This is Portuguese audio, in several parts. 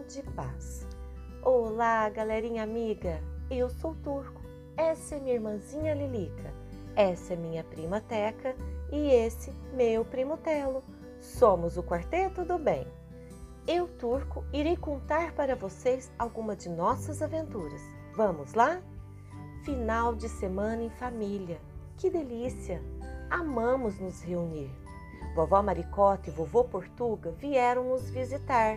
de paz. Olá, galerinha amiga! Eu sou Turco, essa é minha irmãzinha Lilica, essa é minha prima Teca e esse meu primo Telo. Somos o Quarteto do Bem. Eu, Turco, irei contar para vocês alguma de nossas aventuras. Vamos lá? Final de semana em família. Que delícia! Amamos nos reunir. Vovó Maricota e vovô Portuga vieram nos visitar.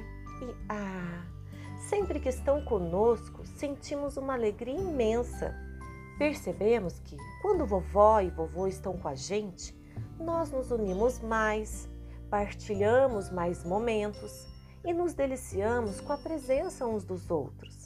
E sempre que estão conosco, sentimos uma alegria imensa. Percebemos que, quando vovó e vovô estão com a gente, nós nos unimos mais, partilhamos mais momentos e nos deliciamos com a presença uns dos outros.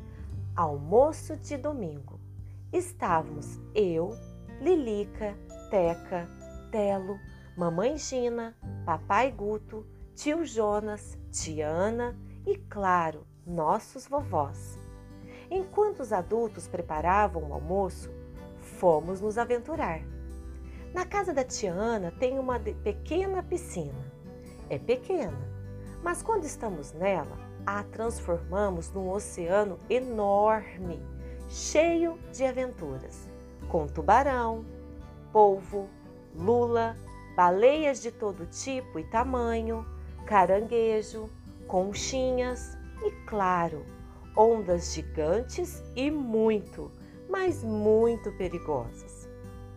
Almoço de domingo. Estávamos eu, Lilica, Teca, Telo, Mamãe Gina, Papai Guto, Tio Jonas, Tia Ana e, claro, nossos vovós. Enquanto os adultos preparavam o almoço, fomos nos aventurar. Na casa da Tia Ana tem uma pequena piscina. É pequena, mas quando estamos nela, a transformamos num oceano enorme, cheio de aventuras, com tubarão, polvo, lula, baleias de todo tipo e tamanho, caranguejo, conchinhas e, claro, ondas gigantes e muito, mas muito perigosas.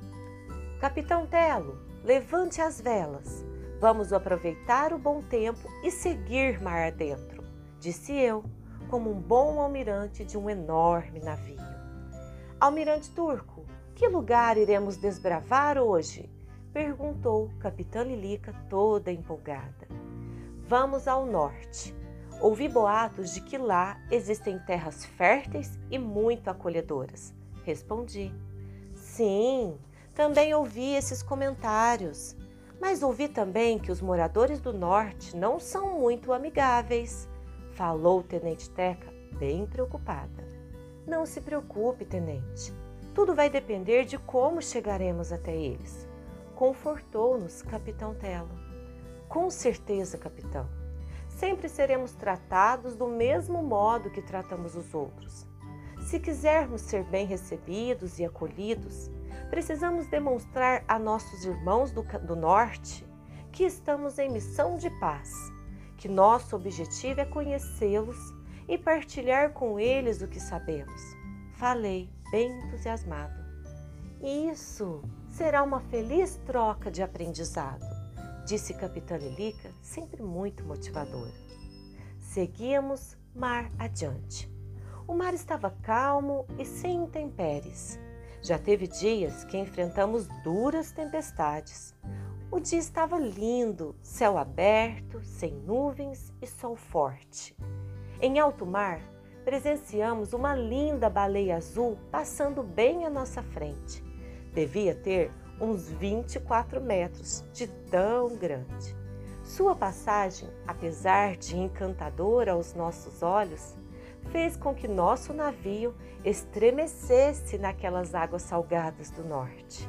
Capitão Telo, levante as velas. Vamos aproveitar o bom tempo e seguir mar adentro, disse eu, como um bom almirante de um enorme navio. Almirante Turco, que lugar iremos desbravar hoje? Perguntou Capitã Lilica toda empolgada. Vamos ao norte. Ouvi boatos de que lá existem terras férteis e muito acolhedoras. Respondi. Sim, também ouvi esses comentários. Mas ouvi também que os moradores do norte não são muito amigáveis. Falou o Tenente Teca, bem preocupada. Não se preocupe, Tenente. Tudo vai depender de como chegaremos até eles. Confortou-nos Capitão Telo. Com certeza, capitão. Sempre seremos tratados do mesmo modo que tratamos os outros. Se quisermos ser bem recebidos e acolhidos, precisamos demonstrar a nossos irmãos do norte que estamos em missão de paz, que nosso objetivo é conhecê-los e partilhar com eles o que sabemos. Falei, bem entusiasmado. Isso será uma feliz troca de aprendizado, disse Capitã Lilica, sempre muito motivadora. Seguíamos mar adiante. O mar estava calmo e sem intempéries. Já teve dias que enfrentamos duras tempestades. O dia estava lindo, céu aberto, sem nuvens e sol forte. Em alto mar, presenciamos uma linda baleia azul passando bem à nossa frente. Devia ter uns 24 metros, de tão grande. Sua passagem, apesar de encantadora aos nossos olhos, fez com que nosso navio estremecesse naquelas águas salgadas do norte.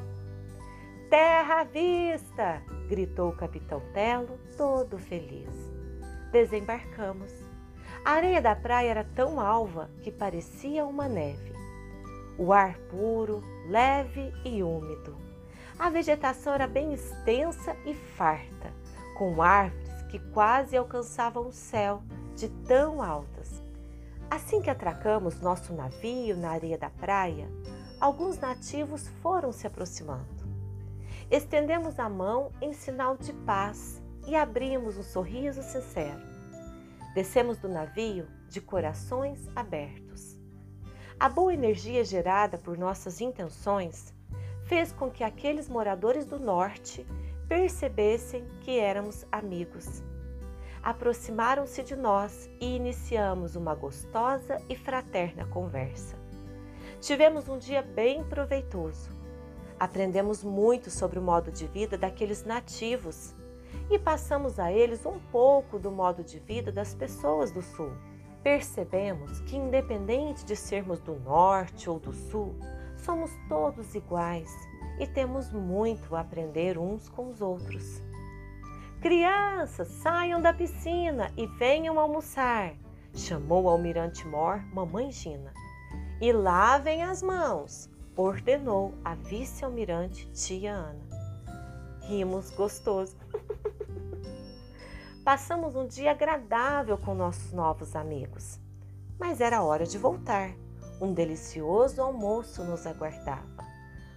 Terra à vista! Gritou o Capitão Telo, todo feliz. Desembarcamos. A areia da praia era tão alva que parecia uma neve. O ar puro, leve e úmido. A vegetação era bem extensa e farta, com árvores que quase alcançavam o céu, de tão altas. Assim que atracamos nosso navio na areia da praia, alguns nativos foram se aproximando. Estendemos a mão em sinal de paz e abrimos um sorriso sincero. Descemos do navio de corações abertos. A boa energia gerada por nossas intenções fez com que aqueles moradores do norte percebessem que éramos amigos. Aproximaram-se de nós e iniciamos uma gostosa e fraterna conversa. Tivemos um dia bem proveitoso. Aprendemos muito sobre o modo de vida daqueles nativos e passamos a eles um pouco do modo de vida das pessoas do sul. Percebemos que, independente de sermos do norte ou do sul, somos todos iguais e temos muito a aprender uns com os outros. Crianças, saiam da piscina e venham almoçar, Chamou ao almirante-mor mamãe Gina. E lavem as mãos, ordenou a vice-almirante tia Ana. Rimos gostoso. Passamos um dia agradável com nossos novos amigos. Mas era hora de voltar. Um delicioso almoço nos aguardava.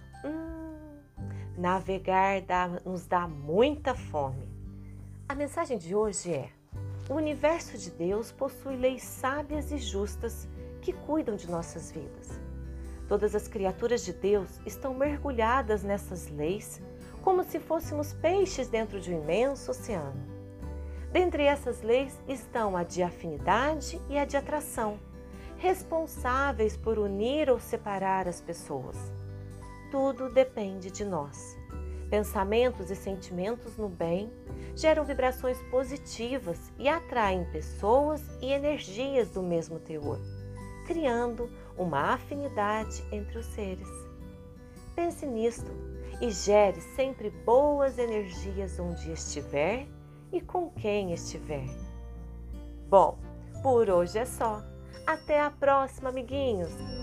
Navegar nos dá muita fome. A mensagem de hoje é: o universo de Deus possui leis sábias e justas que cuidam de nossas vidas. Todas as criaturas de Deus estão mergulhadas nessas leis como se fôssemos peixes dentro de um imenso oceano. Dentre essas leis estão a de afinidade e a de atração, responsáveis por unir ou separar as pessoas. Tudo depende de nós. Pensamentos e sentimentos no bem geram vibrações positivas e atraem pessoas e energias do mesmo teor, criando uma afinidade entre os seres. Pense nisto e gere sempre boas energias onde estiver e com quem estiver. Bom, por hoje é só. Até a próxima, amiguinhos!